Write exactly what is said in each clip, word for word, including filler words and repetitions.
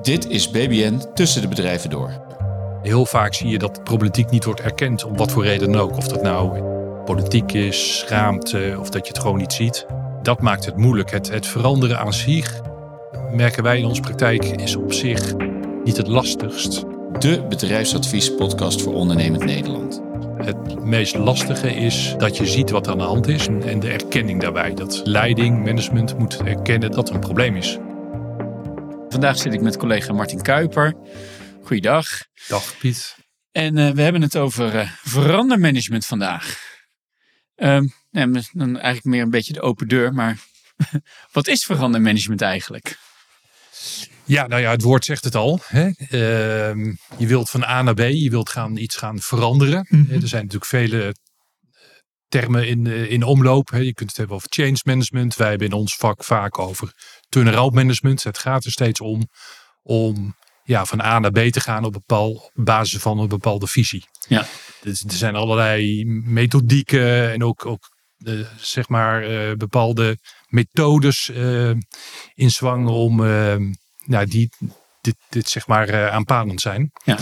Dit is B B N Tussen de Bedrijven Door. Heel vaak zie je dat de problematiek niet wordt erkend, om wat voor reden dan ook. Of dat nou politiek is, schaamte, of dat je het gewoon niet ziet. Dat maakt het moeilijk. Het, het veranderen aan zich, merken wij in onze praktijk, is op zich niet het lastigst. De bedrijfsadviespodcast voor ondernemend Nederland. Het meest lastige is dat je ziet wat er aan de hand is en de erkenning daarbij. Dat leiding, management moet erkennen dat er een probleem is. Vandaag zit ik met collega Martin Kuiper. Goeiedag. Dag Piet. En uh, we hebben het over uh, verandermanagement vandaag. Um, nou, dan eigenlijk meer een beetje de open deur, maar wat is verandermanagement eigenlijk? Ja, nou ja, het woord zegt het al. Hè? Uh, je wilt van A naar B, je wilt gaan, iets gaan veranderen. Mm-hmm. Er zijn natuurlijk vele termen in, in omloop. Hè? Je kunt het hebben over change management. Wij hebben in ons vak vaak over turnaround management. Het gaat er steeds om om ja, van A naar B te gaan op, bepaal, op basis van een bepaalde visie. Ja. Dus er zijn allerlei methodieken en ook, ook uh, zeg maar uh, bepaalde methodes uh, in zwang om uh, nou, die dit, dit zeg maar uh, aanpalend zijn. Ja.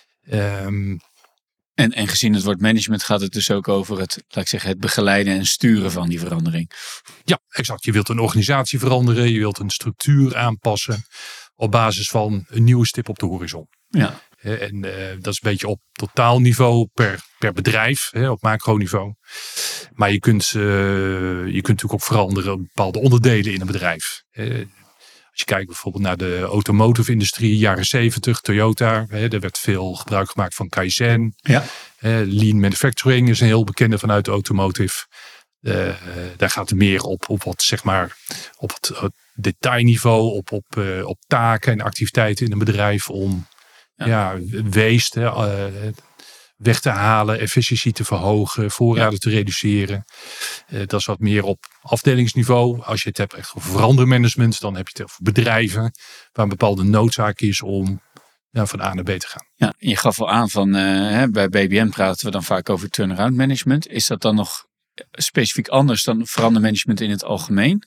Um, en, en gezien het woord management gaat het dus ook over het, laat ik zeggen, het begeleiden en sturen van die verandering. Ja, exact. Je wilt een organisatie veranderen, je wilt een structuur aanpassen op basis van een nieuwe stip op de horizon. Ja. En uh, dat is een beetje op totaalniveau per, per bedrijf, hè, op macroniveau. Maar je kunt, uh, je kunt natuurlijk ook veranderen op bepaalde onderdelen in een bedrijf. Uh, als je kijkt bijvoorbeeld naar de automotive industrie, jaren zeventig, Toyota. Hè, er werd veel gebruik gemaakt van Kaizen. Ja. Uh, lean manufacturing is een heel bekende vanuit de automotive. Uh, daar gaat het meer op, op wat zeg maar op het, het detailniveau, op, op, uh, op taken en activiteiten in een bedrijf om ja. Ja, waste uh, weg te halen, efficiëntie te verhogen, voorraden ja. te reduceren. Uh, dat is wat meer op afdelingsniveau. Als je het hebt echt over verandermanagement, dan heb je het over bedrijven waar een bepaalde noodzaak is om ja, van A naar B te gaan. Ja, je gaf al aan van uh, hè, bij B B N praten we dan vaak over turnaround management. Is dat dan nog specifiek anders dan verandermanagement in het algemeen?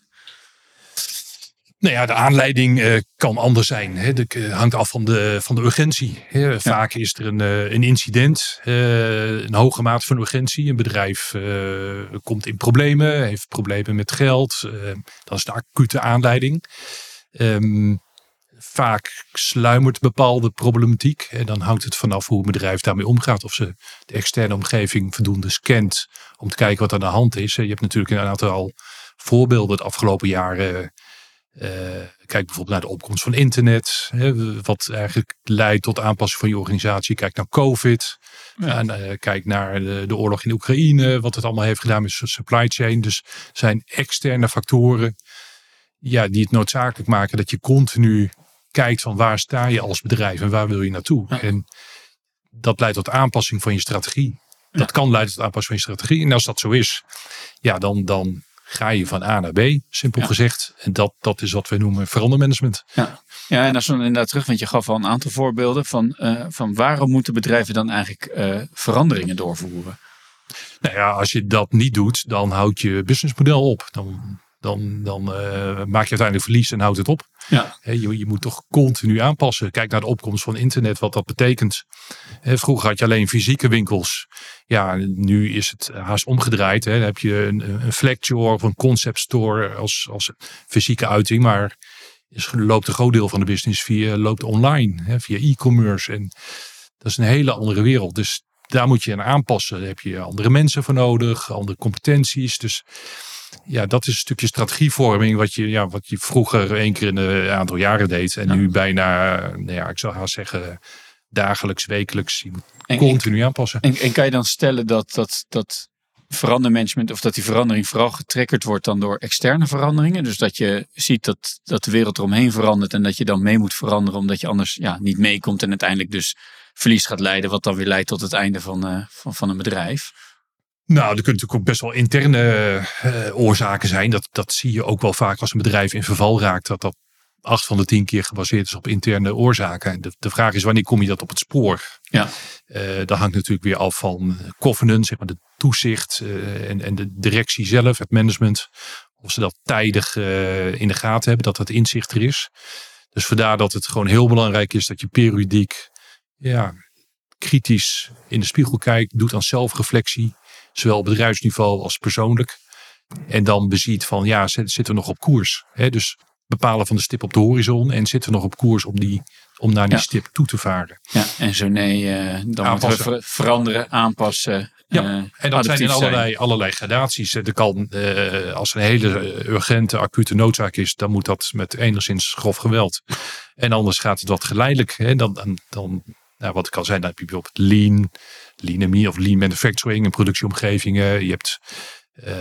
Nou ja, de aanleiding uh, kan anders zijn. Hè. Het uh, hangt af van de, van de urgentie. Hè. Ja. Vaak is er een, uh, een incident, uh, een hoge mate van urgentie. Een bedrijf uh, komt in problemen, heeft problemen met geld. Uh, dat is de acute aanleiding. Um, vaak sluimert bepaalde problematiek. En dan hangt het vanaf hoe een bedrijf daarmee omgaat. Of ze de externe omgeving voldoende scant om te kijken wat er aan de hand is. Je hebt natuurlijk een aantal voorbeelden de afgelopen jaren. Uh, kijk bijvoorbeeld naar de opkomst van internet. Hè, wat eigenlijk leidt tot aanpassing van je organisatie. Kijk naar COVID. Ja. En, uh, kijk naar de, de oorlog in Oekraïne. Wat het allemaal heeft gedaan met supply chain. Dus zijn externe factoren ja, die het noodzakelijk maken dat je continu kijkt van waar sta je als bedrijf en waar wil je naartoe. Ja. En dat leidt tot aanpassing van je strategie. Dat ja. kan leiden tot aanpassing van je strategie. En als dat zo is, ja, dan, dan ga je van A naar B, simpel ja. gezegd. En dat, dat is wat we noemen verandermanagement. Ja. ja, en als we inderdaad terug, want je gaf al een aantal voorbeelden van, uh, van waarom moeten bedrijven dan eigenlijk uh, veranderingen doorvoeren? Nou ja, als je dat niet doet, dan houdt je businessmodel op. Dan, dan, dan uh, maak je uiteindelijk verlies en houdt het op. Ja. He, je, je moet toch continu aanpassen. Kijk naar de opkomst van internet, wat dat betekent. He, vroeger had je alleen fysieke winkels. Ja, nu is het haast omgedraaid. He. Dan heb je een, een flagship of een concept store als, als fysieke uiting. Maar is, loopt een groot deel van de business via, loopt online, he, via e-commerce. En dat is een hele andere wereld. Dus daar moet je aan aanpassen. Daar heb je andere mensen voor nodig, andere competenties. Dus ja, dat is een stukje strategievorming wat je, ja, wat je vroeger één keer in een aantal jaren deed. En ja. nu bijna, nou ja, ik zou haast zeggen, dagelijks, wekelijks. Je moet en, continu en, aanpassen. En, en kan je dan stellen dat, dat, dat verandermanagement, of dat die verandering vooral getriggerd wordt dan door externe veranderingen? Dus dat je ziet dat, dat de wereld eromheen verandert en dat je dan mee moet veranderen omdat je anders ja, niet meekomt en uiteindelijk dus verlies gaat leiden, wat dan weer leidt tot het einde van, uh, van, van een bedrijf. Nou, er kunnen natuurlijk ook best wel interne uh, oorzaken zijn. Dat, dat zie je ook wel vaak als een bedrijf in verval raakt. Dat dat acht van de tien keer gebaseerd is op interne oorzaken. En de, de vraag is, wanneer kom je dat op het spoor? Ja. Uh, dat hangt natuurlijk weer af van covenant, zeg maar de toezicht uh, en, en de directie zelf, het management. Of ze dat tijdig uh, in de gaten hebben, dat dat inzicht er is. Dus vandaar dat het gewoon heel belangrijk is dat je periodiek ja, kritisch in de spiegel kijkt. Doet aan zelfreflectie. Zowel op bedrijfsniveau als persoonlijk. En dan beziet van ja, zitten we nog op koers. Hè? Dus bepalen van de stip op de horizon. En zitten we nog op koers om, die, om naar die ja. stip toe te varen. Ja, en zo nee, uh, dan aanpassen. Moeten we veranderen, aanpassen. Ja, uh, en dat zijn in allerlei, allerlei gradaties. Er kan, uh, als er een hele urgente, acute noodzaak is, dan moet dat met enigszins grof geweld. En anders gaat het wat geleidelijk. Hè? Dan, dan, dan nou, wat ik al zei, dan heb je bijvoorbeeld lean, lean of lean manufacturing en productieomgevingen. Je hebt uh,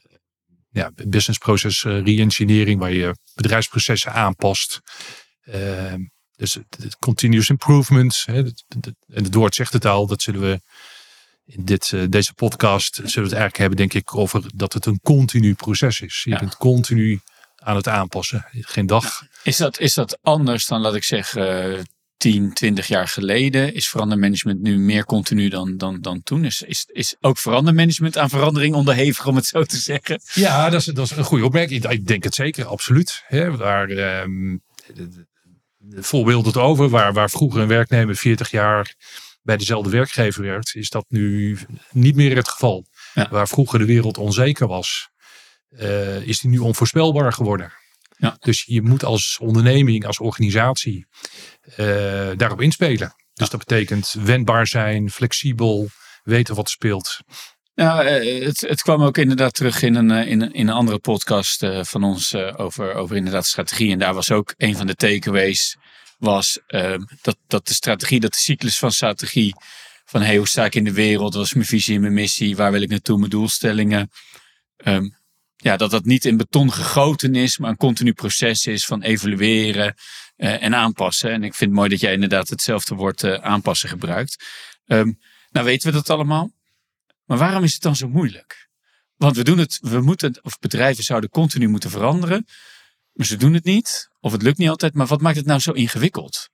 ja, business process uh, re-engineering, waar je bedrijfsprocessen aanpast. Uh, dus het continuous improvement. Hè? En het woord zegt het al, dat zullen we in dit, uh, deze podcast zullen we het eigenlijk hebben, denk ik, over dat het een continu proces is. Je ja. bent continu aan het aanpassen. Geen dag. Is dat, is dat anders dan, laat ik zeggen, uh, tien, twintig jaar geleden? Is verandermanagement nu meer continu dan, dan, dan toen? Is, is, is ook verandermanagement aan verandering onderhevig, om het zo te zeggen? Ja, dat is, dat is een goede opmerking. Ik denk het zeker, absoluut. Hè, waar, um, voorbeeld het over, waar, waar vroeger een werknemer veertig jaar bij dezelfde werkgever werkt, is dat nu niet meer het geval. Ja. Waar vroeger de wereld onzeker was, uh, is die nu onvoorspelbaar geworden. Ja. Dus je moet als onderneming, als organisatie uh, daarop inspelen. Dus ja. dat betekent wendbaar zijn, flexibel, weten wat speelt. Ja, het, het kwam ook inderdaad terug in een, in een, in een andere podcast uh, van ons uh, over, over inderdaad strategie. En daar was ook een van de takeaways was uh, dat, dat de strategie, dat de cyclus van strategie, van hey, hoe sta ik in de wereld, wat is mijn visie en mijn missie, waar wil ik naartoe, mijn doelstellingen. Um, ja, dat dat niet in beton gegoten is, maar een continu proces is van evalueren uh, en aanpassen. En ik vind het mooi dat jij inderdaad hetzelfde woord uh, aanpassen gebruikt. Um, nou weten we dat allemaal. Maar waarom is het dan zo moeilijk? Want we doen het, we moeten, of bedrijven zouden continu moeten veranderen. Maar ze doen het niet. Of het lukt niet altijd. Maar wat maakt het nou zo ingewikkeld?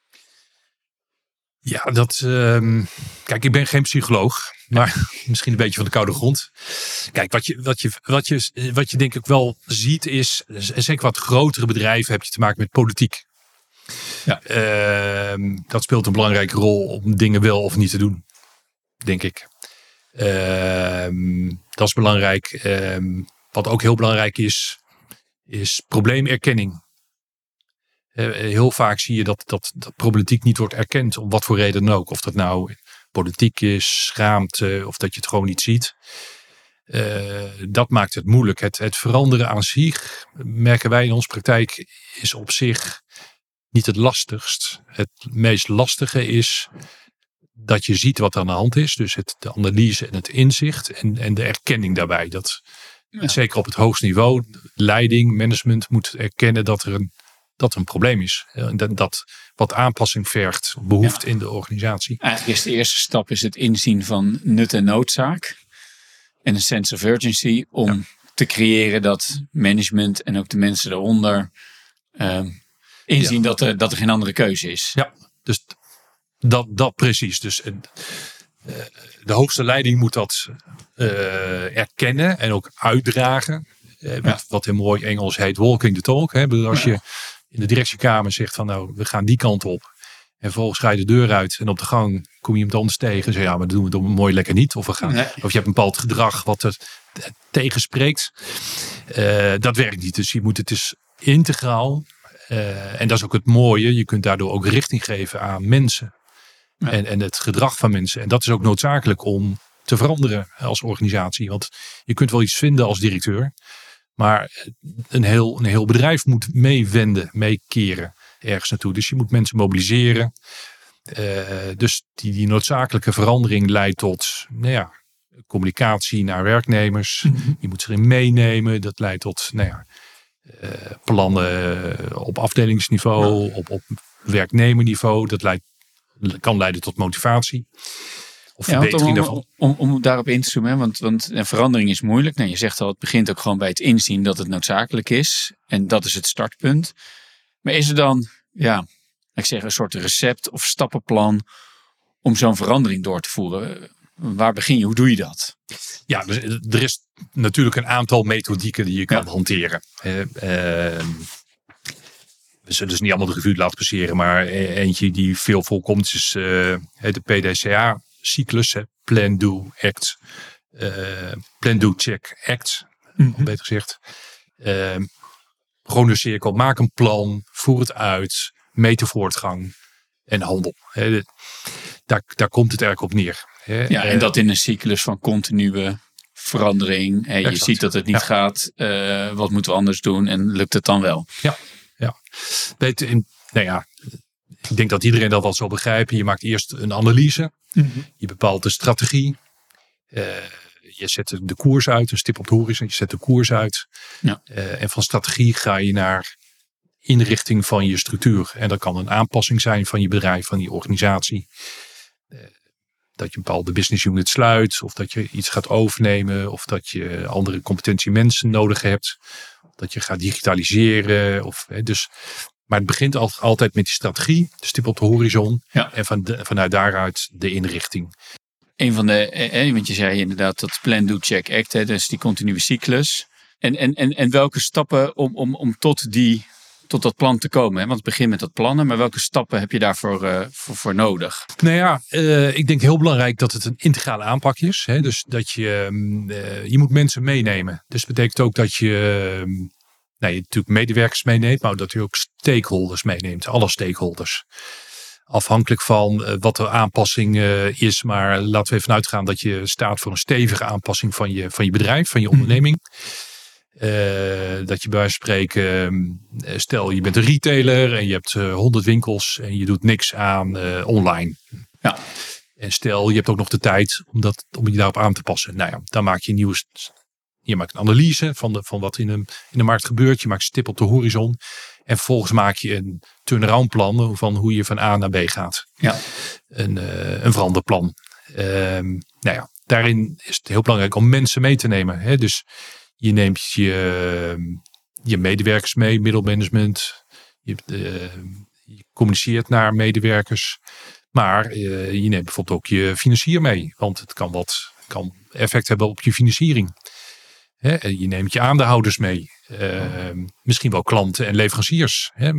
Ja, dat... Um, kijk, ik ben geen psycholoog. Maar misschien een beetje van de koude grond. Kijk, wat je, wat je, wat je, wat je denk ik wel ziet is... Zeker wat grotere bedrijven heb je te maken met politiek. Ja. Uh, dat speelt een belangrijke rol om dingen wel of niet te doen. Denk ik. Uh, dat is belangrijk. Uh, wat ook heel belangrijk is... is probleemerkenning. Uh, heel vaak zie je dat, dat, dat problematiek niet wordt erkend, om wat voor reden dan ook. Of dat nou politiek is, schaamte, of dat je het gewoon niet ziet. Uh, dat maakt het moeilijk. Het, het veranderen aan zich, merken wij in onze praktijk, is op zich niet het lastigst. Het meest lastige is dat je ziet wat er aan de hand is. Dus het, de analyse en het inzicht en, en de erkenning daarbij. Dat... Ja. Zeker op het hoogste niveau, leiding, management moet erkennen dat er een, dat er een probleem is. Dat, dat wat aanpassing vergt, behoeft ja. in de organisatie. Eigenlijk is de eerste stap is het inzien van nut en noodzaak. En een sense of urgency om ja. te creëren dat management en ook de mensen daaronder uh, inzien ja. dat, er, dat er geen andere keuze is. Ja, dus dat, dat precies. Dus uh, de hoogste leiding moet dat uh, erkennen en ook uitdragen. Uh, ja. Wat in mooi Engels heet walking the talk. Hè? Dus als ja. je in de directiekamer zegt van nou, we gaan die kant op. En vervolgens ga je de deur uit en op de gang kom je iemand anders tegen. En zeg ja, maar dat doen we dan mooi lekker niet. Of, we gaan, nee. of je hebt een bepaald gedrag wat er tegenspreekt. Uh, dat werkt niet. Dus je moet het dus integraal. Uh, en dat is ook het mooie. Je kunt daardoor ook richting geven aan mensen. Ja. En, en het gedrag van mensen. En dat is ook noodzakelijk om te veranderen als organisatie. Want je kunt wel iets vinden als directeur. Maar een heel, een heel bedrijf moet meewenden, meekeren ergens naartoe. Dus je moet mensen mobiliseren. Uh, dus die, die noodzakelijke verandering leidt tot nou ja, communicatie naar werknemers. Mm-hmm. Je moet ze erin meenemen. Dat leidt tot nou ja, uh, plannen op afdelingsniveau, ja. op, op werknemerniveau. Dat leidt, kan leiden tot motivatie. Of ja, verbetering om, daarvan. Om, om, om daarop in te zoomen, want, want een verandering is moeilijk. Nou, je zegt al, het begint ook gewoon bij het inzien dat het noodzakelijk is. En dat is het startpunt. Maar is er dan, ja, ik zeg een soort recept of stappenplan om zo'n verandering door te voeren? Waar begin je? Hoe doe je dat? Ja, dus er is natuurlijk een aantal methodieken die je kan ja. hanteren. Uh, uh, we zullen ze niet allemaal de revue laten passeren, maar eentje die veel voorkomt is uh, de P D C A-cyclus, hè, Plan, Do, Act. Uh, plan, Do, Check, Act, mm-hmm. beter gezegd. Uh, gewoon een cirkel, maak een plan, voer het uit, meet de voortgang en handel. He, daar, daar komt het eigenlijk op neer. He, ja, en dat in een cyclus van continue verandering. He, je ziet dat het niet ja. gaat, uh, wat moeten we anders doen en lukt het dan wel? Ja, ja. Weet, in, nou ja, ik denk dat iedereen dat wel zal begrijpen. Je maakt eerst een analyse, mm-hmm. je bepaalt de strategie. Uh, je zet de koers uit, een stip op de horizon, je zet de koers uit. Ja. Uh, en van strategie ga je naar inrichting van je structuur. En dat kan een aanpassing zijn van je bedrijf, van je organisatie. Uh, dat je een bepaalde business unit sluit, of dat je iets gaat overnemen, of dat je andere competentie mensen nodig hebt. Of dat je gaat digitaliseren. Of, hè, dus, maar het begint al, altijd met die strategie, de stip op de horizon. Ja. En van de, vanuit daaruit de inrichting. Een van de, eh, want je zei inderdaad dat Plan, Do, Check, Act, hè, dus die continue cyclus. En, en, en, en welke stappen om, om, om tot, die, tot dat plan te komen? Hè? Want het begint met dat plannen, maar welke stappen heb je daarvoor uh, voor, voor nodig? Nou ja, uh, ik denk heel belangrijk dat het een integrale aanpak is. Hè? Dus dat je, uh, je moet mensen meenemen. Dus dat betekent ook dat je, uh, nou, je natuurlijk medewerkers meeneemt, maar dat je ook stakeholders meeneemt. Alle stakeholders. Afhankelijk van uh, wat de aanpassing uh, is. Maar laten we even uitgaan dat je staat voor een stevige aanpassing van je, van je bedrijf, van je onderneming. Uh, dat je bij wijze van spreken, uh, stel je bent een retailer en je hebt uh, honderd winkels en je doet niks aan uh, online. Ja. En stel je hebt ook nog de tijd om, dat, om je daarop aan te passen. Nou ja, dan maak je een nieuwe, je maakt een analyse van, de, van wat in de, in de markt gebeurt. Je maakt een stip op de horizon. En vervolgens maak je een turnaround plan van hoe je van A naar B gaat. Ja. Een, uh, een veranderplan. Uh, nou ja, daarin is het heel belangrijk om mensen mee te nemen. Hè? Dus je neemt je, je medewerkers mee, middelmanagement. Je, uh, je communiceert naar medewerkers. Maar uh, je neemt bijvoorbeeld ook je financier mee. Want het kan wat kan effect hebben op je financiering. Hè? Je neemt je aandeelhouders mee. Uh, misschien wel klanten en leveranciers. Hè?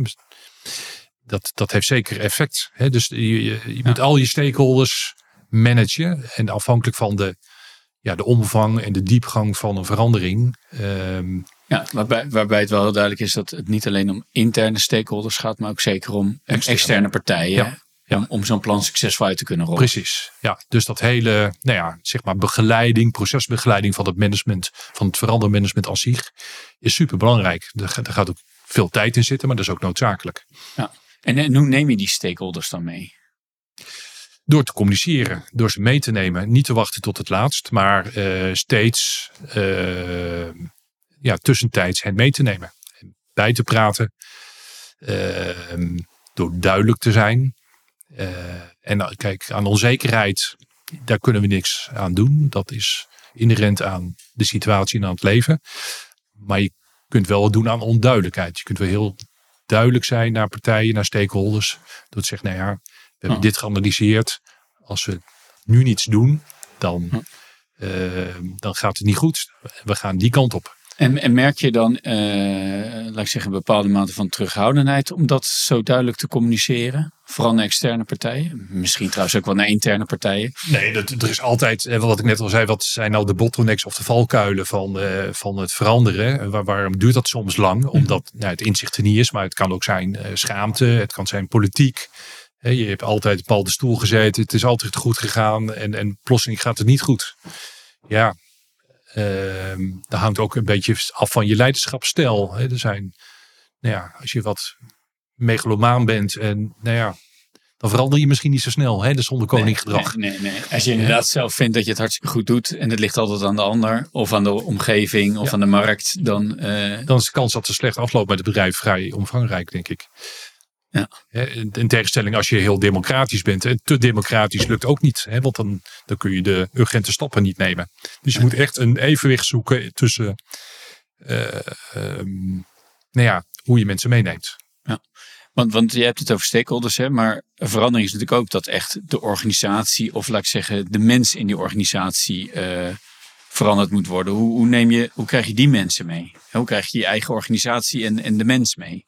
Dat, dat heeft zeker effect. Hè? Dus je, je, je ja. moet al je stakeholders managen. En afhankelijk van de, ja, de omvang en de diepgang van een verandering. Um, ja, waarbij, waarbij het wel heel duidelijk is dat het niet alleen om interne stakeholders gaat. Maar ook zeker om externe, externe partijen. Ja. Ja. Om, om zo'n plan succesvol uit te kunnen rollen. Precies. Ja, dus dat hele, nou ja, zeg maar begeleiding, procesbegeleiding van het management, van het verandermanagement als zich, is super belangrijk. Er, er gaat ook veel tijd in zitten, maar dat is ook noodzakelijk. Ja. En, en hoe neem je die stakeholders dan mee? Door te communiceren, door ze mee te nemen. Niet te wachten tot het laatst, maar uh, steeds uh, ja, tussentijds hen mee te nemen. Bij te praten. Uh, door duidelijk te zijn. Uh, en kijk, aan onzekerheid, daar kunnen we niks aan doen. Dat is inherent aan de situatie en aan het leven. Maar je kunt wel wat doen aan onduidelijkheid. Je kunt wel heel duidelijk zijn naar partijen, naar stakeholders. Door te zeggen, nou ja, we hebben oh. dit geanalyseerd. Als we nu niets doen, dan, oh. uh, dan gaat het niet goed. We gaan die kant op. En, en merk je dan, uh, laat ik zeggen, een bepaalde mate van terughoudendheid om dat zo duidelijk te communiceren? Vooral naar externe partijen? Misschien trouwens ook wel naar interne partijen? Nee, dat, er is altijd, wat ik net al zei, wat zijn nou de bottlenecks of de valkuilen van, uh, van het veranderen? Waar, waarom duurt dat soms lang? Omdat mm-hmm. nou, het inzicht er niet is, maar het kan ook zijn uh, schaamte, het kan zijn politiek. He, je hebt altijd op bepaalde stoel gezeten, het is altijd goed gegaan en, en plotseling gaat het niet goed. Ja. Uh, dat hangt ook een beetje af van je leiderschapsstijl. Hè. Er zijn, nou ja, als je wat megalomaan bent en nou ja, dan verander je misschien niet zo snel. Hè, de zondekoning gedrag. Nee, nee, nee. Als je inderdaad zelf vindt dat je het hartstikke goed doet en het ligt altijd aan de ander of aan de omgeving of ja. aan de markt, dan, uh... dan is de kans dat het slecht afloopt met het bedrijf vrij omvangrijk, denk ik. Ja. In tegenstelling als je heel democratisch bent. En te democratisch lukt ook niet. Hè, want dan, dan kun je de urgente stappen niet nemen. Dus je ja. moet echt een evenwicht zoeken tussen uh, um, nou ja, hoe je mensen meeneemt. Ja. Want, want je hebt het over stakeholders. Hè, maar verandering is natuurlijk ook dat echt de organisatie. Of laat ik zeggen de mens in die organisatie uh, veranderd moet worden. Hoe, hoe, neem je, hoe krijg je die mensen mee? Hoe krijg je je eigen organisatie en, en de mens mee?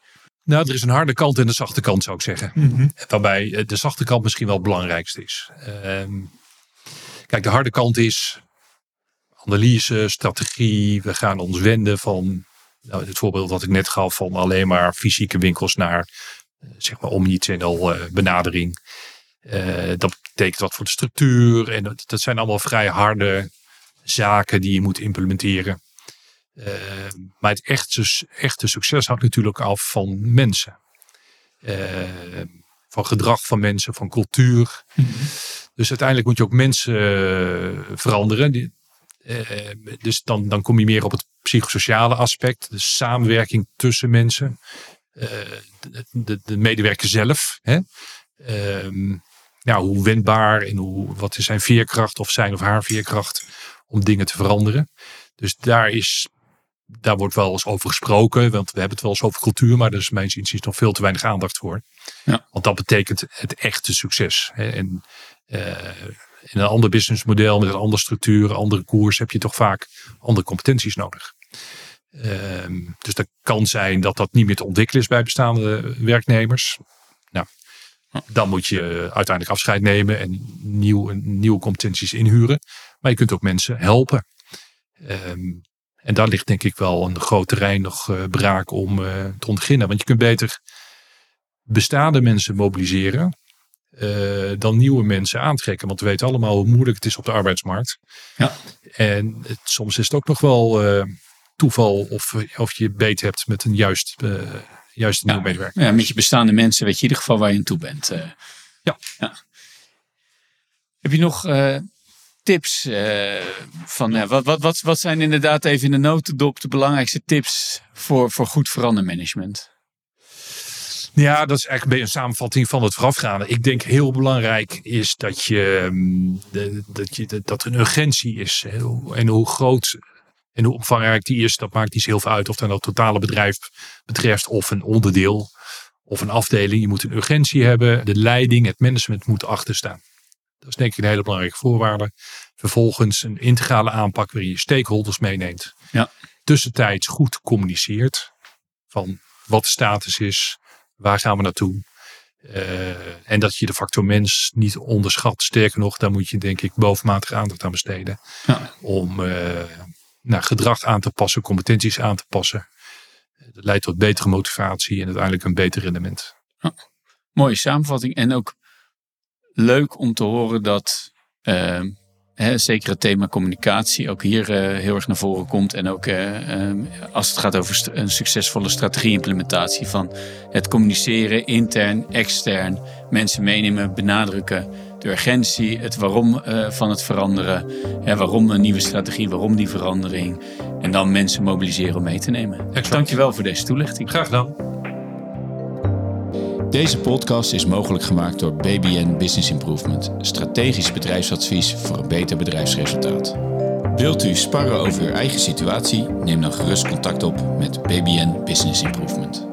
Nou, er is een harde kant en een zachte kant, zou ik zeggen. Mm-hmm. Waarbij de zachte kant misschien wel het belangrijkste is. Um, kijk, de harde kant is analyse, strategie. We gaan ons wenden van, nou, het voorbeeld wat ik net gaf, van alleen maar fysieke winkels naar zeg maar omnichannel uh, benadering. Uh, dat betekent wat voor de structuur. En dat, dat zijn allemaal vrij harde zaken die je moet implementeren. Uh, maar het echte, echte succes hangt natuurlijk af van mensen. Uh, van gedrag van mensen, van cultuur. Mm-hmm. Dus uiteindelijk moet je ook mensen uh, veranderen. Die, uh, dus dan, dan kom je meer op het psychosociale aspect. De samenwerking tussen mensen. Uh, de, de, de medewerker zelf. Hè? Uh, nou, hoe wendbaar en hoe, wat is zijn veerkracht of zijn of haar veerkracht om dingen te veranderen. Dus daar is... Daar wordt wel eens over gesproken, want we hebben het wel eens over cultuur, maar er is mijns inziens nog veel te weinig aandacht voor. Ja. Want dat betekent het echte succes. Hè. En uh, in een ander businessmodel met een andere structuur, een andere koers, heb je toch vaak andere competenties nodig. Um, dus dat kan zijn dat dat niet meer te ontwikkelen is bij bestaande werknemers. Nou, dan moet je uiteindelijk afscheid nemen en nieuw, nieuwe competenties inhuren. Maar je kunt ook mensen helpen. Um, En daar ligt denk ik wel een groot terrein nog uh, braak om uh, te ontginnen. Want je kunt beter bestaande mensen mobiliseren uh, dan nieuwe mensen aantrekken. Want we weten allemaal hoe moeilijk het is op de arbeidsmarkt. Ja. En het, soms is het ook nog wel uh, toeval of, of je beet hebt met een juist, uh, juiste nieuwe ja, medewerker. Ja, met je bestaande mensen weet je in ieder geval waar je aan toe bent. Uh, ja. ja. Heb je nog... Uh, tips uh, van ja, wat, wat, wat, wat zijn inderdaad even in de notendop de belangrijkste tips voor, voor goed verandermanagement? Ja, dat is eigenlijk een samenvatting van het voorafgaande. Ik denk heel belangrijk is dat je, de, dat, je dat er een urgentie is. En hoe groot en hoe omvangrijk die is, dat maakt niet zo heel veel uit. Of dat nou het totale bedrijf betreft of een onderdeel of een afdeling. Je moet een urgentie hebben. De leiding, het management moet achter staan. Dat is denk ik een hele belangrijke voorwaarde. Vervolgens een integrale aanpak waarin je stakeholders meeneemt. Ja. Tussentijds goed communiceert. Van wat de status is. Waar gaan we naartoe? Uh, en dat je de factor mens niet onderschat. Sterker nog, daar moet je denk ik bovenmatige aandacht aan besteden. Ja. Om uh, nou, gedrag aan te passen. Competenties aan te passen. Dat leidt tot betere motivatie. En uiteindelijk een beter rendement. Ja. Mooie samenvatting. En ook leuk om te horen dat uh, hè, zeker het thema communicatie ook hier uh, heel erg naar voren komt. En ook uh, um, als het gaat over st- een succesvolle strategie-implementatie van het communiceren intern, extern, mensen meenemen, benadrukken, de urgentie, het waarom uh, van het veranderen, hè, waarom een nieuwe strategie, waarom die verandering. En dan mensen mobiliseren om mee te nemen. Exact. Dankjewel voor deze toelichting. Graag gedaan. Deze podcast is mogelijk gemaakt door B B N Business Improvement, strategisch bedrijfsadvies voor een beter bedrijfsresultaat. Wilt u sparren over uw eigen situatie? Neem dan gerust contact op met B B N Business Improvement.